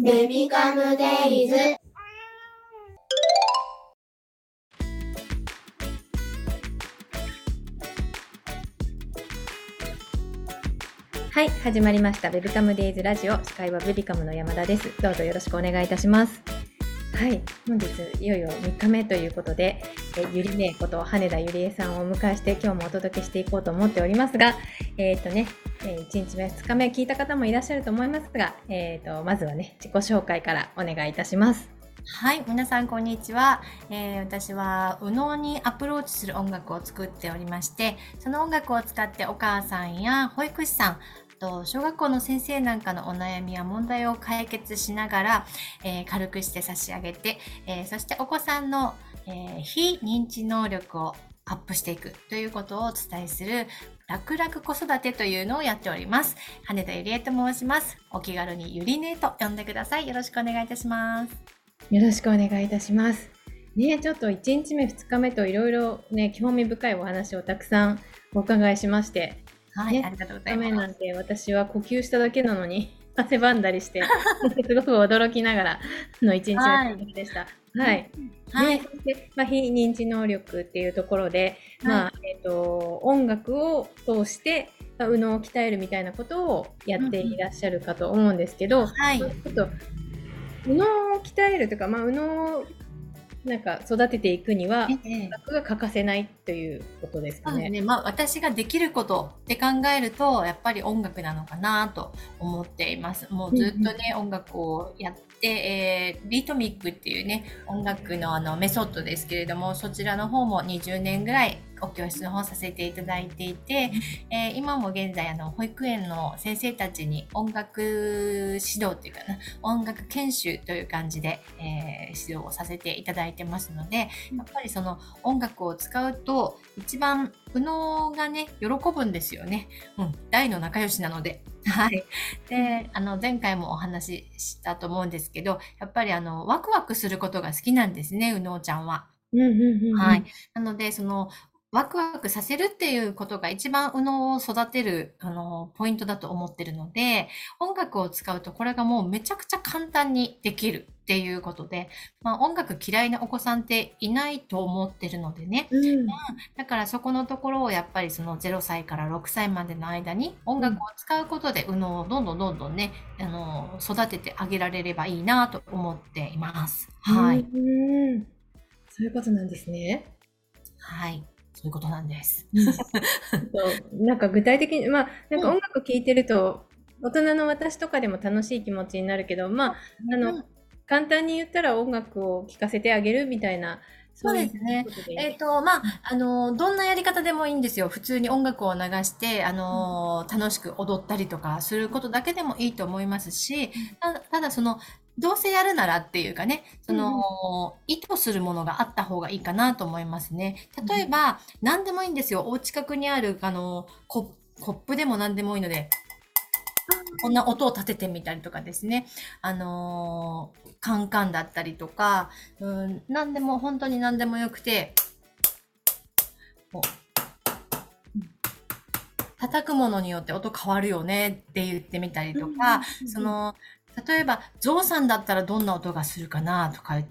ベビカムデイズ。 はい、始まりましたベビカムデイズラジオ。司会はベビカムの山田です。どうぞよろしくお願いいたします。はい、本日いよいよ3日目ということで、ゆりねこと羽田ゆりえさんをお迎えして今日もお届けしていこうと思っておりますが、1日目2日目聞いた方もいらっしゃると思いますが、まずはね、自己紹介からお願いいたします。 はい、皆さんこんにちは。私は右脳にアプローチする音楽を作っておりまして、その音楽を使ってお母さんや保育士さん、小学校の先生なんかのお悩みや問題を解決しながら、軽くして差し上げて、そしてお子さんの、非認知能力をアップしていくということをお伝えする楽々子育てというのをやっております。羽田ゆりえと申します。お気軽にゆりねと呼んでください。よろしくお願いいたします。 よろしくお願いいたします。ね、ちょっと1日目2日目といろいろね、興味深いお話をたくさんお伺いしまして、はい、ね、ありがとうございます。 2日目なんて私は呼吸しただけなのに汗ばんだりしてすごく驚きながらの1日目でした。はい。はい。そして、非認知能力っていうところで、音楽を通して右脳を鍛えるみたいなことをやっていらっしゃるかと思うんですけど、 はい。 ちょっと右脳を鍛えるとか、右脳をなんか育てていくには、音楽が欠かせないということですかね。 そうですね。私ができることって考えると、やっぱり音楽なのかなと思っています。もうずっとね、音楽をやって、リトミックっていうね、音楽のメソッドですけれども、そちらの方も20年ぐらいお教室の方させていただいていて、今も現在保育園の先生たちに音楽指導っていうかな、音楽研修という感じで、指導をさせていただいてますので、やっぱりその音楽を使うと一番右脳がね喜ぶんですよね。大の仲良しなので。はい。で、前回もお話ししたと思うんですけど、やっぱりワクワクすることが好きなんですね、右脳ちゃんは。はい。なので、ワクワクさせるっていうことが一番右脳を育てる、ポイントだと思ってるので、音楽を使うとこれがもうめちゃくちゃ簡単にできるっていうことで、音楽嫌いなお子さんっていないと思ってるのでね。だからそこのところをやっぱりその0歳から6歳までの間に音楽を使うことで右脳をどんどんね、育ててあげられればいいなと思っています。はい。 そういうことなんですね。 はい。そういうことなんです。 なんか具体的に、なんか音楽聴いてると、大人の私とかでも楽しい気持ちになるけど、簡単に言ったら音楽を聴かせてあげるみたいな。 そうですね。どんなやり方でもいいんですよ。普通に音楽を流して、楽しく踊ったりとかすることだけでもいいと思いますし、ただどうせやるならっていうかね、意図するものがあった方がいいかなと思いますね。例えば、何でもいいんですよ。お近くにある、コップでも何でもいいので、こんな音を立ててみたりとかですね。カンカンだったりとか、何でも、本当に何でもよくて、叩くものによって音変わるよねって言ってみたりとか、例えば、ゾウさんだったらどんな音がするかなとか言って、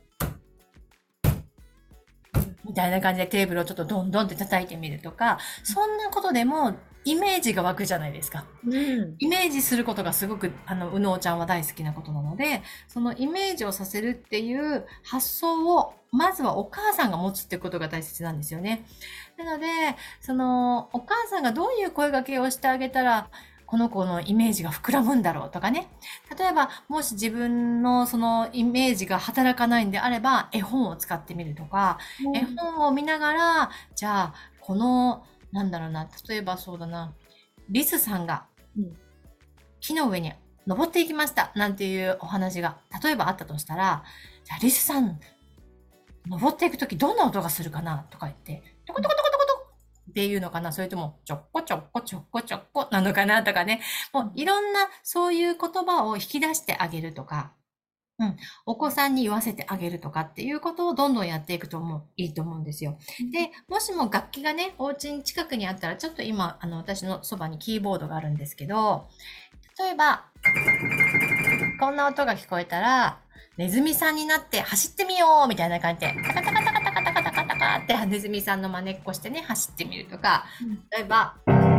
みたいな感じでテーブルをちょっとドンドンって叩いてみるとか、そんなことでもイメージが湧くじゃないですか。イメージすることがすごく、右脳ちゃんは大好きなことなので、そのイメージをさせるっていう発想を、まずはお母さんが持つってことが大切なんですよね。なので、お母さんがどういう声掛けをしてあげたら、この子のイメージが膨らむんだろうとかね。例えば、もし自分のそのイメージが働かないんであれば、絵本を使ってみるとか、絵本を見ながら、じゃあ、例えばそうだな、リスさんが木の上に登っていきましたなんていうお話が、例えばあったとしたら、じゃあリスさん、登っていくときどんな音がするかなとか言って、トコトコトコトコトコっていうのかな、それともちょっこちょっこちょっこちょっこなのかなとかね、もういろんなそういう言葉を引き出してあげるとか、お子さんに言わせてあげるとかっていうことをどんどんやっていくといいと思うんですよ。で、もしも楽器がね、お家に近くにあったら、ちょっと今、私のそばにキーボードがあるんですけど、例えば、 こんな音が聞こえたら、ネズミさんになって走ってみようみたいな感じで、タカタカタカタカタカタカタカってネズミさんの真似っこしてね、走ってみるとか、例えば、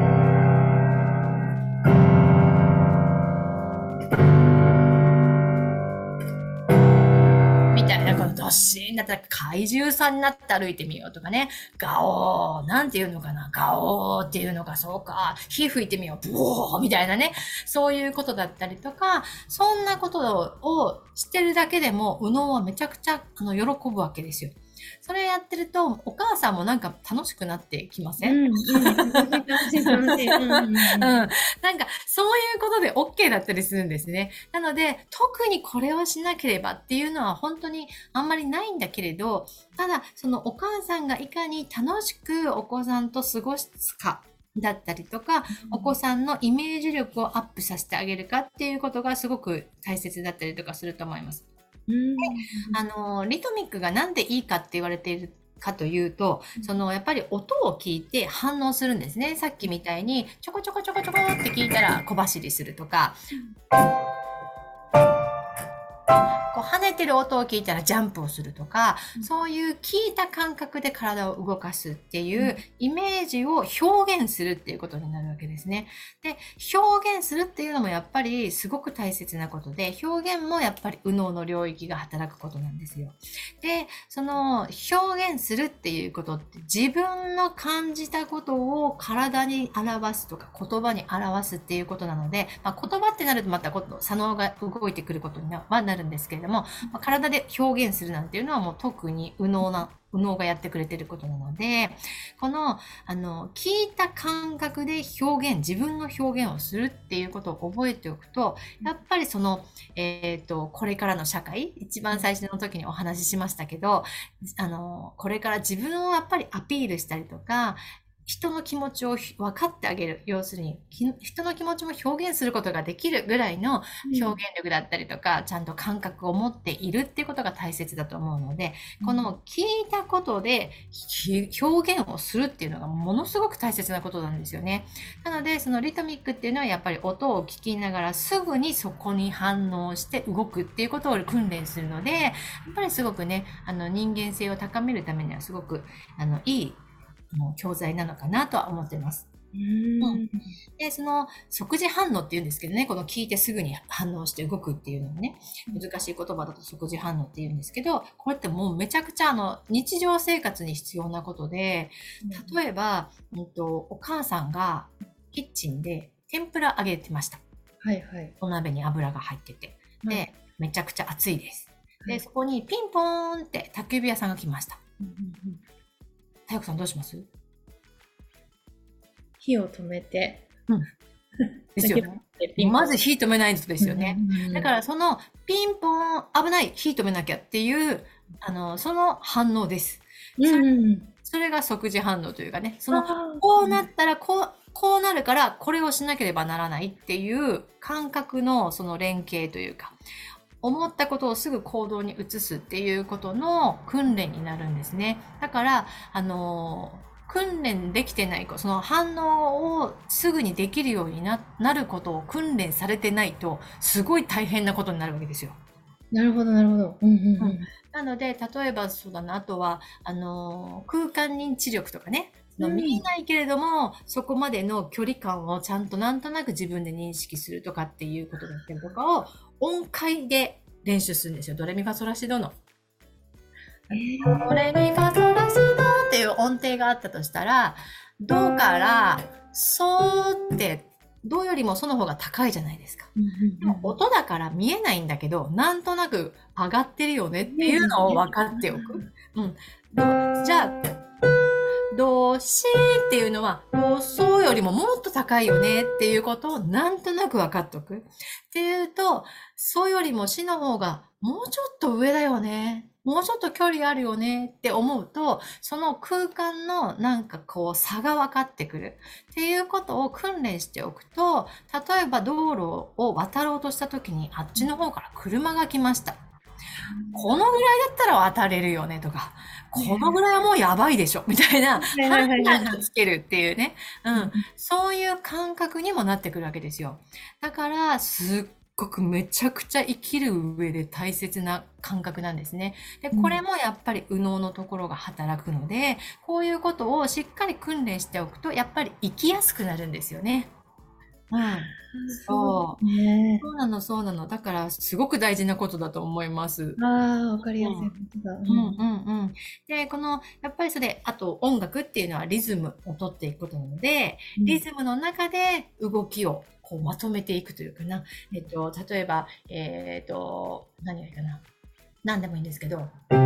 みたいな、このどっしーんだったら怪獣さんになって歩いてみようとかね。ガオー、なんていうのかな。ガオーっていうのか、そうか。火吹いてみよう。ブオーみたいなね。そういうことだったりとか、そんなことをしてるだけでも、右脳はめちゃくちゃ喜ぶわけですよ。それやってると、お母さんもなんか楽しくなってきません？ 楽しい。なんか、 そういうことで OK だったりするんですね。なので、特にこれをしなければっていうのは本当にあんまりないんだけれど、ただ、そのお母さんがいかに楽しくお子さんと過ごすか、だったりとか、お子さんのイメージ力をアップさせてあげるかっていうことがすごく大切だったりとかすると思います。リトミックがなんでいいかって言われているかというと、やっぱり音を聞いて反応するんですね。さっきみたいに、ちょこちょこちょこちょこって聞いたら小走りするとか、こう跳ねてる音を聞いたらジャンプをするとか、そういう聞いた感覚で体を動かすっていうイメージを表現するっていうことになるわけですね。で、表現するっていうのもやっぱりすごく大切なことで、表現もやっぱり右脳の領域が働くことなんですよ。で、その表現するっていうことって自分の感じたことを体に表すとか言葉に表すっていうことなので、言葉ってなるとまた左脳が動いてくることにはなるんですけれども、体で表現するなんていうのはもう特に右脳がやってくれてることなので、この、聞いた感覚で自分の表現をするっていうことを覚えておくと、やっぱりこれからの社会、一番最初の時にお話ししましたけど、これから自分をやっぱりアピールしたりとか、人の気持ちを分かってあげる。要するに、人の気持ちも表現することができるぐらいの表現力だったりとか、ちゃんと感覚を持っているっていうことが大切だと思うので、この聞いたことで表現をするっていうのがものすごく大切なことなんですよね。なので、そのリトミックっていうのはやっぱり音を聞きながらすぐにそこに反応して動くっていうことを訓練するので、やっぱりすごくね、人間性を高めるためにはすごく、いい教材なのかなとは思っています。で、その即時反応って言うんですけどね、この聞いてすぐに反応して動くっていうのもね、難しい言葉だと即時反応って言うんですけど、これってもうめちゃくちゃ日常生活に必要なことで、例えば、お母さんがキッチンで天ぷら揚げてました。 はいはい。 お鍋に油が入ってて。で、めちゃくちゃ熱いです。で、そこにピンポーンって宅急便屋さんが来ました。たよこさんどうします？ 火を止めて。 ですよね。まず火止めないとですよね。だからそのピンポーン、危ない、火止めなきゃっていう、その反応です。それが即時反応というかね、こうなったらこうなるから、これをしなければならないっていう感覚のその連携というか、思ったことをすぐ行動に移すっていうことの訓練になるんですね。だから、訓練できてない子、その反応をすぐにできるようになることを訓練されてないと、すごい大変なことになるわけですよ。 なるほど、なるほど。 なので、例えばそうだな、あとは、空間認知力とかね、見えないけれども、そこまでの距離感をちゃんとなんとなく自分で認識するとかっていうことだったりとかを音階で練習するんですよ。ドレミファソラシドの。ドレミファソラシドっていう音程があったとしたら、ドからソーってドよりもソの方が高いじゃないですか。でも音だから見えないんだけど、なんとなく上がってるよねっていうのを分かっておく。じゃあ、ドシーっていうのは、ドソよりももっと高いよねっていうことをなんとなく分かっておく。っていうと、ソよりもシの方がもうちょっと上だよね。もうちょっと距離あるよねって思うと、その空間の差が分かってくるっていうことを訓練しておくと、例えば道路を渡ろうとした時にあっちの方から車が来ました。このぐらいだったら渡れるよねとか、このぐらいはもうやばいでしょみたいな判断をつけるっていうね、そういう感覚にもなってくるわけですよ。だからすっごくめちゃくちゃ生きる上で大切な感覚なんですね。で、これもやっぱり右脳のところが働くので、こういうことをしっかり訓練しておくと、やっぱり生きやすくなるんですよね。うん。そうそうなの、そうなの。だから、すごく大事なことだと思います。 わかりやすいことだ。 で、やっぱりあと音楽っていうのはリズムを取っていくことなので、リズムの中で動きをこうまとめていくというかな。例えば、何がいいかな。何でもいいんですけど。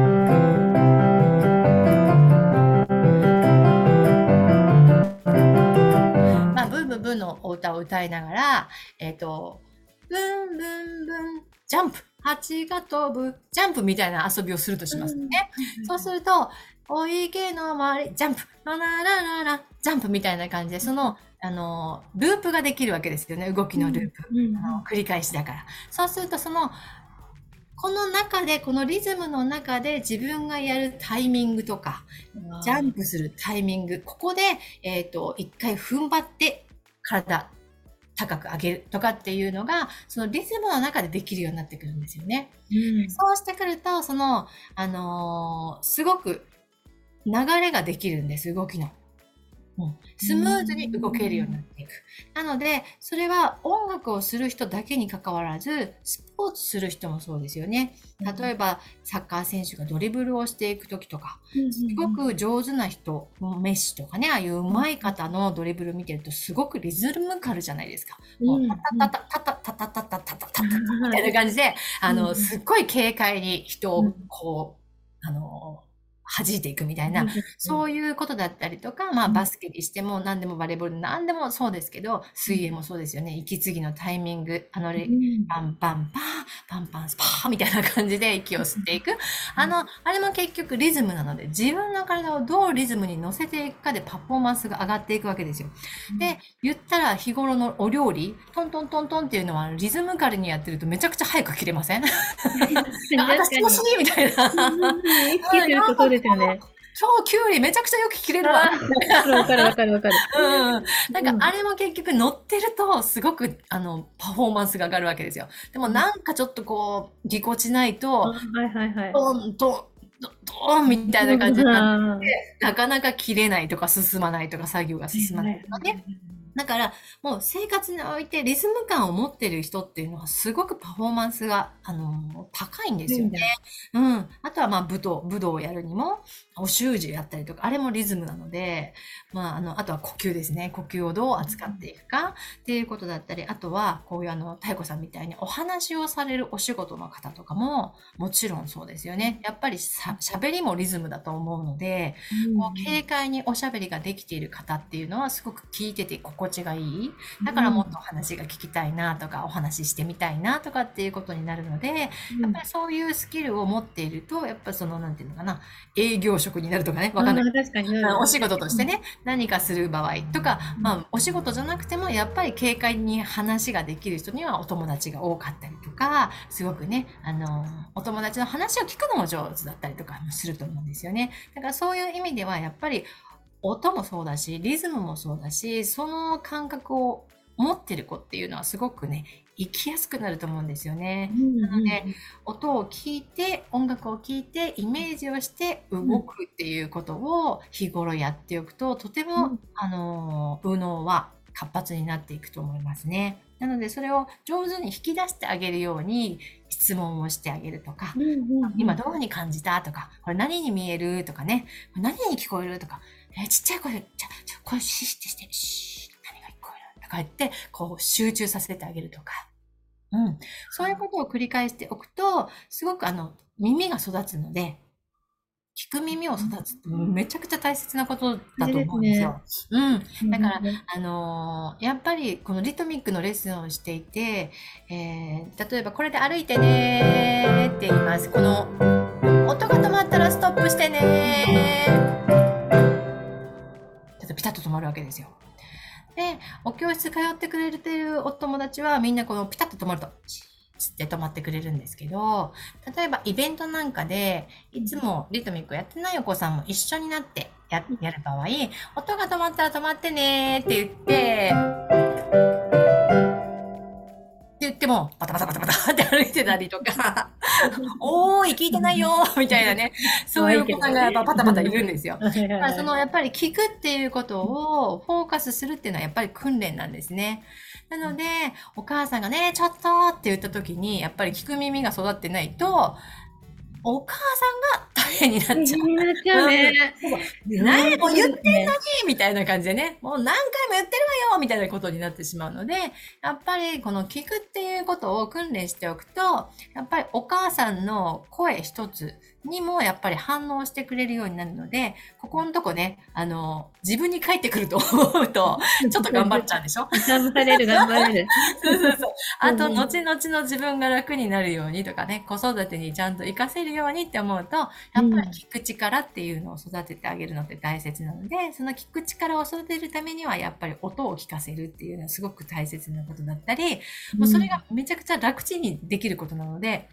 ブンブンブンのお歌を歌いながら、ブンブンブン、ジャンプ、蜂が飛ぶ、ジャンプみたいな遊びをするとしますね。そうすると、お池の周り、ジャンプ、ラララララ、ジャンプみたいな感じで、ループができるわけですよね。動きのループ。繰り返しだから。そうすると、この中で、このリズムの中で自分がやるタイミングとか、ジャンプするタイミング、ここで、一回踏ん張って体高く上げるとかっていうのが、そのリズムの中でできるようになってくるんですよね。そうしてくると、すごく流れができるんです、動きの。スムーズに動けるようになっていく。なので、それは音楽をする人だけに関わらず、スポーツする人もそうですよね。例えば、サッカー選手がドリブルをしていくときとか、すごく上手な人、メッシとかね、ああいう上手い方のドリブル見てると、すごくリズムカルじゃないですか。もう、タタタタタタタタタタタタみたいな感じで、すっごい軽快に人をこう、弾いていくみたいな、そういうことだったりとか、バスケにしても何でもバレーボール何でもそうですけど、水泳もそうですよね。息継ぎのタイミング、パンパンパー、パンパンスパーみたいな感じで息を吸っていく。あれも結局リズムなので、自分の体をどうリズムに乗せていくかでパフォーマンスが上がっていくわけですよ。で、言ったら日頃のお料理、トントントントンっていうのはリズムカルにやってるとめちゃくちゃ早く切れません？私欲しいみたいな。 意識することですよね。 今日キュウリめちゃくちゃよく切れるわ。 わかる。 なんかあれも結局乗ってるとすごくパフォーマンスが上がるわけですよ。でもなんかちょっとこうぎこちないと、ドンドンみたいな感じになって、なかなか切れないとか進まないとか作業が進まないとかね。だから、もう生活においてリズム感を持ってる人っていうのはすごくパフォーマンスが、高いんですよね。あとは武道をやるにも、お習字やったりとか、あれもリズムなので、あとは呼吸ですね。呼吸をどう扱っていくかっていうことだったり、あとは、こういう妙子さんみたいにお話をされるお仕事の方とかも、もちろんそうですよね。やっぱり喋りもリズムだと思うので、こう軽快におしゃべりができている方っていうのはすごく聞いてて心地がいい。だからもっとお話が聞きたいなとか、お話ししてみたいなとかっていうことになるので、やっぱりそういうスキルを持っていると、やっぱなんていうのかな、営業職になるとかね、わかんない。 確かにお仕事としてね、何かする場合とか、お仕事じゃなくても、やっぱり軽快に話ができる人にはお友達が多かったりとか、すごくね、お友達の話を聞くのも上手だったりとかもすると思うんですよね。だからそういう意味では、やっぱり音もそうだし、リズムもそうだし、その感覚を持ってる子っていうのはすごくね、生きやすくなると思うんですよね。なので、音を聞いて、音楽を聞いて、イメージをして動くっていうことを日頃やっておくと、とても、右脳は活発になっていくと思いますね。なので、それを上手に引き出してあげるように質問をしてあげるとか、今どういうふうに感じたとか、これ何に見えるとかね、何に聞こえるとか、ちっちゃい声で、声シーってして、何が聞こえるとか言って、こう集中させてあげるとか。そういうことを繰り返しておくと、すごく耳が育つので、聞く耳を育つってめちゃくちゃ大切なことだと思うんですよ。だから、やっぱりこのリトミックのレッスンをしていて、例えばこれで歩いてねーって言います。この音が止まったらストップしてねー。ちょっとピタッと止まるわけですよ。で、お教室通ってくれてるお友達はみんなこのピタッと止まると、つって止まってくれるんですけど、例えばイベントなんかで、いつもリトミックやってないお子さんも一緒になってやる場合、音が止まったら止まってねーって言って、っ言っても、バタバタバタバタって歩いてたりとか、おーい、聞いてないよみたいなね、そういう子がやっぱパタパタいるんですよ。だからやっぱり聞くっていうことをフォーカスするっていうのはやっぱり訓練なんですね。なので、お母さんがね、ちょっとって言った時に、やっぱり聞く耳が育ってないと、お母さんが大変になっちゃう。 大変になっちゃうね。 何も言ってんのにみたいな感じでね、もう何回も言ってるわよみたいなことになってしまうので、やっぱりこの聞くっていうことを訓練しておくと、やっぱりお母さんの声一つにもやっぱり反応してくれるようになるので、ここのとこね、自分に返ってくると思うと、ちょっと頑張っちゃうんでしょ頑張れる。 そうそうそう。あと、後々の自分が楽になるようにとかね、子育てにちゃんと活かせるようにって思うと、やっぱり聞く力っていうのを育ててあげるのって大切なので、その聞く力を育てるためには、やっぱり音を聞かせるっていうのはすごく大切なことだったり、もうそれがめちゃくちゃ楽ちんにできることなので、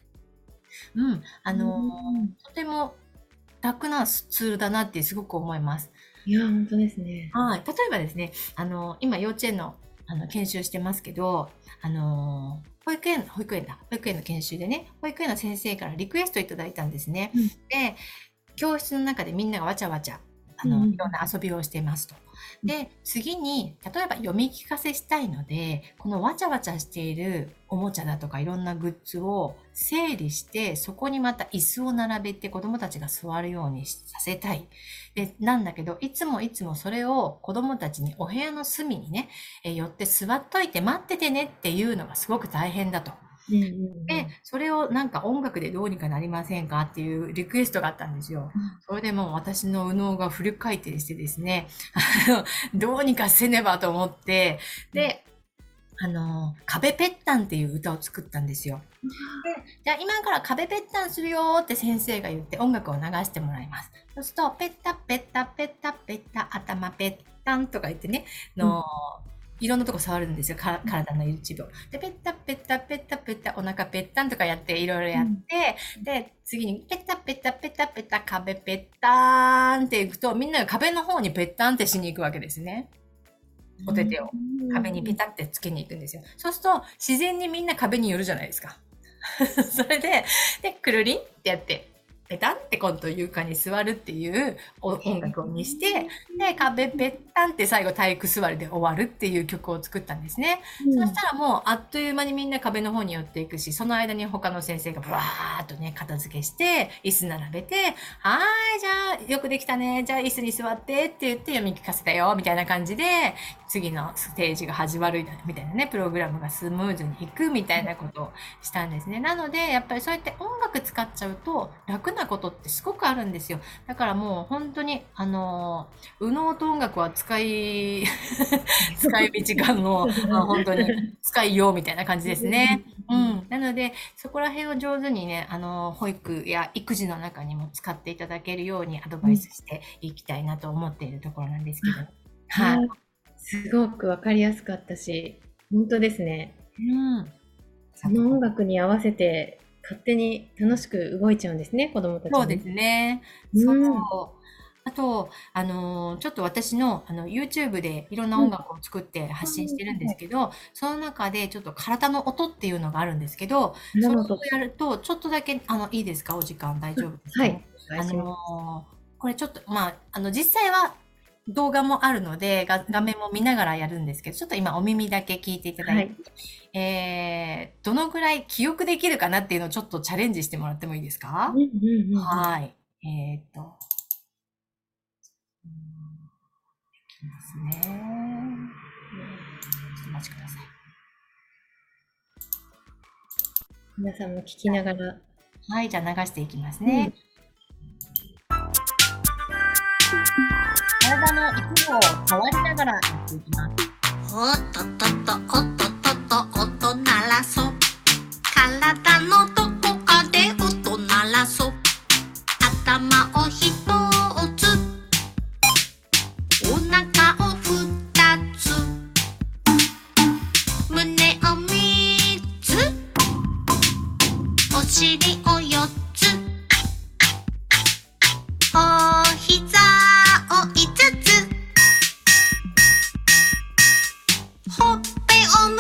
とても楽なツールだなってすごく思います。 いや、本当ですね。 はい。例えばですね、今幼稚園の研修してますけど、保育園の研修でね、保育園の先生からリクエストいただいたんですね。で、教室の中でみんながわちゃわちゃ、いろんな遊びをしていますと。で、次に、例えば読み聞かせしたいので、このわちゃわちゃしているおもちゃだとかいろんなグッズを整理して、そこにまた椅子を並べて子供たちが座るようにさせたい。で、なんだけど、いつもそれを子供たちにお部屋の隅にね、寄って座っといて待っててねっていうのがすごく大変だと。で、それをなんか音楽でどうにかなりませんかっていうリクエストがあったんですよ。それでもう私の右脳がフル回転してですね、どうにかせねばと思って、で、壁ぺったんっていう歌を作ったんですよ。で、じゃあ今から壁ぺったんするよって先生が言って音楽を流してもらいます。そうすると、ぺったぺったぺったぺった頭ぺったんとか言ってね、いろんなとこ触るんですよ。体の一部を。で、ペッタペッタペッタペッタ、お腹ペッタンとかやって、いろいろやって、で、次にペッタペッタペッタペッタ、壁ペッターンっていくと、みんなが壁の方にペッタンってしに行くわけですね。お手手を壁にペタってつけに行くんですよ。そうすると、自然にみんな壁に寄るじゃないですか。それで、くるりんってやって、ペタンって今度床に座るっていう音楽にして、で、壁ペッタンって最後体育座りで終わるっていう曲を作ったんですね。そしたらもうあっという間にみんな壁の方に寄っていくし、その間に他の先生がブワーっとね、片付けして、椅子並べて、はーい、じゃあよくできたね。じゃあ椅子に座ってって言って読み聞かせたよ、みたいな感じで、次のステージが始まるみたいなね、プログラムがスムーズにいくみたいなことをしたんですね。なので、やっぱりそうやって音楽使っちゃうと楽なことってすごくあるんですよ。だからもう本当に、右脳と音楽は使い道が本当に使いようみたいな感じですね。なので、そこら辺を上手にね、保育や育児の中にも使っていただけるようにアドバイスしていきたいなと思っているところなんですけど。はい。 すごくわかりやすかったし、本当ですね。その音楽に合わせて勝手に楽しく動いちゃうんですね、子供たちも。 そうですね。そう。あと、ちょっと私のYouTube でいろんな音楽を作って発信してるんですけど、その中でちょっと体の音っていうのがあるんですけど、それをやると、ちょっとだけ、いいですか？お時間大丈夫ですか？はい。これちょっと、実際は動画もあるので、画面も見ながらやるんですけど、ちょっと今お耳だけ聞いていただいて、どのぐらい記憶できるかなっていうのをちょっとチャレンジしてもらってもいいですか？はい。いきますね。ちょっとお待ちください。 皆さんも聞きながら。 はい、じゃあ流していきますね。体の一部を触りながらやっていきます。 おっとっとっと、おっとっとっと、音鳴らそう。体のどこかで音鳴らそう。頭を一つ、お腹を二つ、胸を三つ、お尻を四つ、お膝を五つ、ほっぺを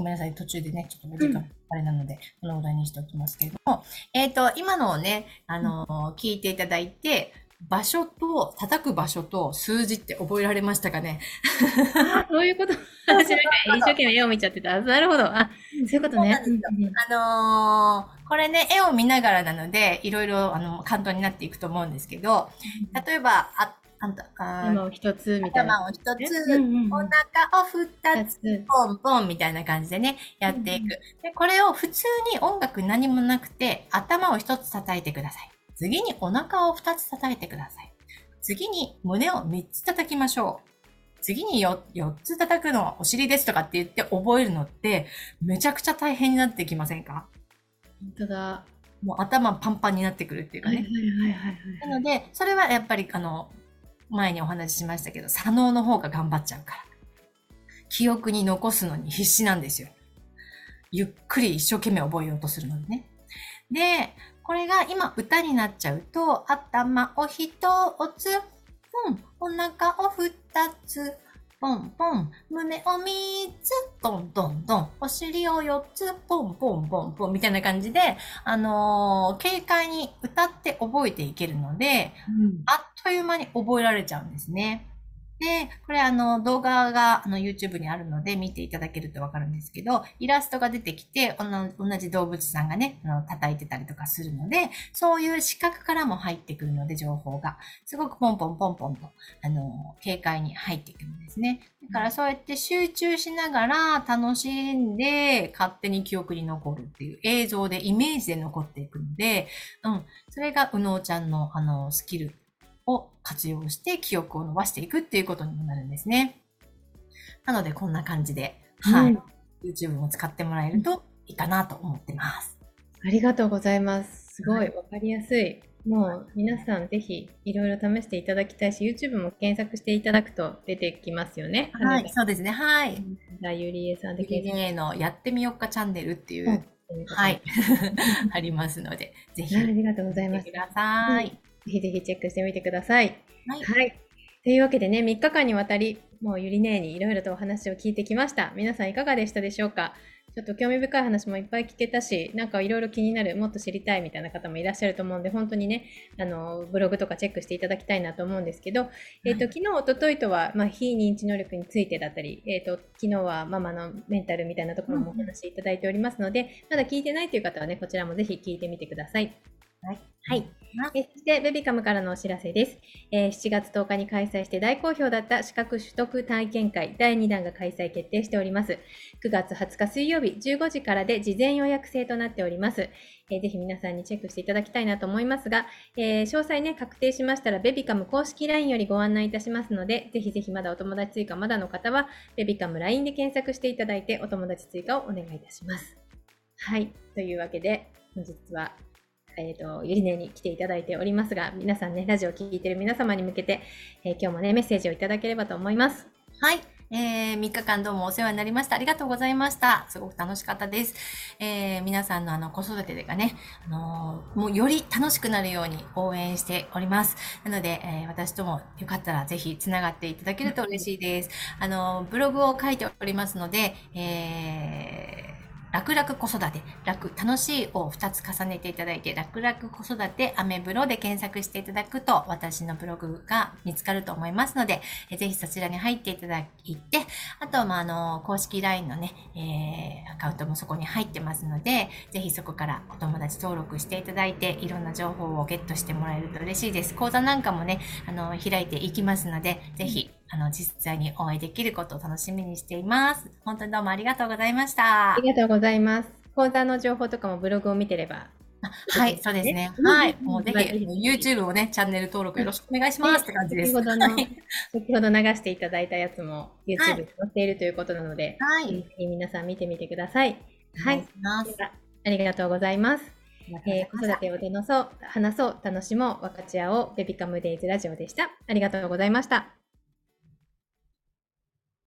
めんなさい。途中でね、ちょっとお時間あれなので、このお題にしておきますけれども、今のをね、聞いていただいて、場所と、叩く場所と数字って覚えられましたかね？ あ、そういうこと。私なんか一生懸命絵を見ちゃってた。なるほど。あ、そういうことね。 そうなんですよ。これね、絵を見ながらなので、いろいろ、簡単になっていくと思うんですけど、例えば、 頭を一つみたいな。 頭を一つ、お腹を二つ、ポンポンみたいな感じでね、やっていく。で、これを普通に音楽何もなくて、頭を一つ叩いてください。次にお腹を二つ叩いてください。次に胸を三つ叩きましょう。次に4つ叩くのはお尻ですとかって言って覚えるのってめちゃくちゃ大変になってきませんか？ 本当だ。 もう頭パンパンになってくるっていうかね。なので、それはやっぱり前にお話ししましたけど、左脳の方が頑張っちゃうから。記憶に残すのに必死なんですよ。ゆっくり一生懸命覚えようとするのでね。で、これが今歌になっちゃうと、頭を一つ、お腹を二つ、ポンポン、胸を三つ、ドンドンドン、お尻を四つ、ポンポンポンポンみたいな感じで、軽快に歌って覚えていけるので、あっという間に覚えられちゃうんですね。で、これ動画がYouTube にあるので見ていただけるとわかるんですけど、イラストが出てきて、同じ動物さんがね、叩いてたりとかするので、そういう視覚からも入ってくるので、情報が。すごくポンポンポンポンと、軽快に入ってくるんですね。だからそうやって集中しながら楽しんで、勝手に記憶に残るっていう映像で、イメージで残っていくので、それがうのうちゃんのスキルを活用して記憶を伸ばしていくっていうことにもなるんですね。なのでこんな感じで、YouTube も使ってもらえるといいかなと思ってます。 ありがとうございます。すごいわかりやすい。もう皆さんぜひいろいろ試していただきたいし、YouTube も検索していただくと出てきますよね。 はい、そうですね。はい。 ゆりえさんでゆりえのやってみよっかチャンネルっていう、はい、ありますので、ぜひ。 ありがとうございます。 見てください。 ぜひぜひチェックしてみてください。はい。というわけでね、3日間にわたり、もうゆりねにいろいろとお話を聞いてきました。皆さんいかがでしたでしょうか？ちょっと興味深い話もいっぱい聞けたし、なんかいろいろ気になる、もっと知りたいみたいな方もいらっしゃると思うんで、本当にね、ブログとかチェックしていただきたいなと思うんですけど、昨日、おとといとは、非認知能力についてだったり、昨日はママのメンタルみたいなところもお話しいただいておりますので、まだ聞いてないという方はね、こちらもぜひ聞いてみてください。はい。そして、ベビカムからのお知らせです。7月10日に開催して大好評だった資格取得体験会第2弾が開催決定しております。9月20日水曜日15時からで事前予約制となっております。ぜひ皆さんにチェックしていただきたいなと思いますが、詳細ね、確定しましたら、ベビカム公式 LINE よりご案内いたしますので、ぜひぜひまだお友達追加まだの方は、ベビカム LINE で検索していただいて、お友達追加をお願いいたします。はい。というわけで、本日は、ゆりねに来ていただいておりますが、皆さんね、ラジオを聞いている皆様に向けて、今日もね、メッセージをいただければと思います。 はい。3日間どうもお世話になりました。ありがとうございました。すごく楽しかったです。皆さんの子育てがね、もうより楽しくなるように応援しております。なので、私ともよかったらぜひつながっていただけると嬉しいです。ブログを書いておりますので、楽々子育て、楽しいを2つ重ねていただいて、楽々子育てアメブロで検索していただくと、私のブログが見つかると思いますので、ぜひそちらに入っていただいて、あとは、公式 LINE のね、アカウントもそこに入ってますので、ぜひそこからお友達登録していただいて、いろんな情報をゲットしてもらえると嬉しいです。講座なんかもね、開いていきますので、ぜひ、実際にお会いできることを楽しみにしています。本当にどうもありがとうございました。 ありがとうございます。講座の情報とかもブログを見てれば。 はい、そうですね。はい。もうぜひ、YouTube をね、チャンネル登録よろしくお願いしますって感じです。 先ほど流していただいたやつも YouTube に載っているということなので、はい。皆さん見てみてください。はい。ありがとうございます。子育てを話そう、楽しもう、分かち合おう、ベビカムデイズラジオでした。ありがとうございました。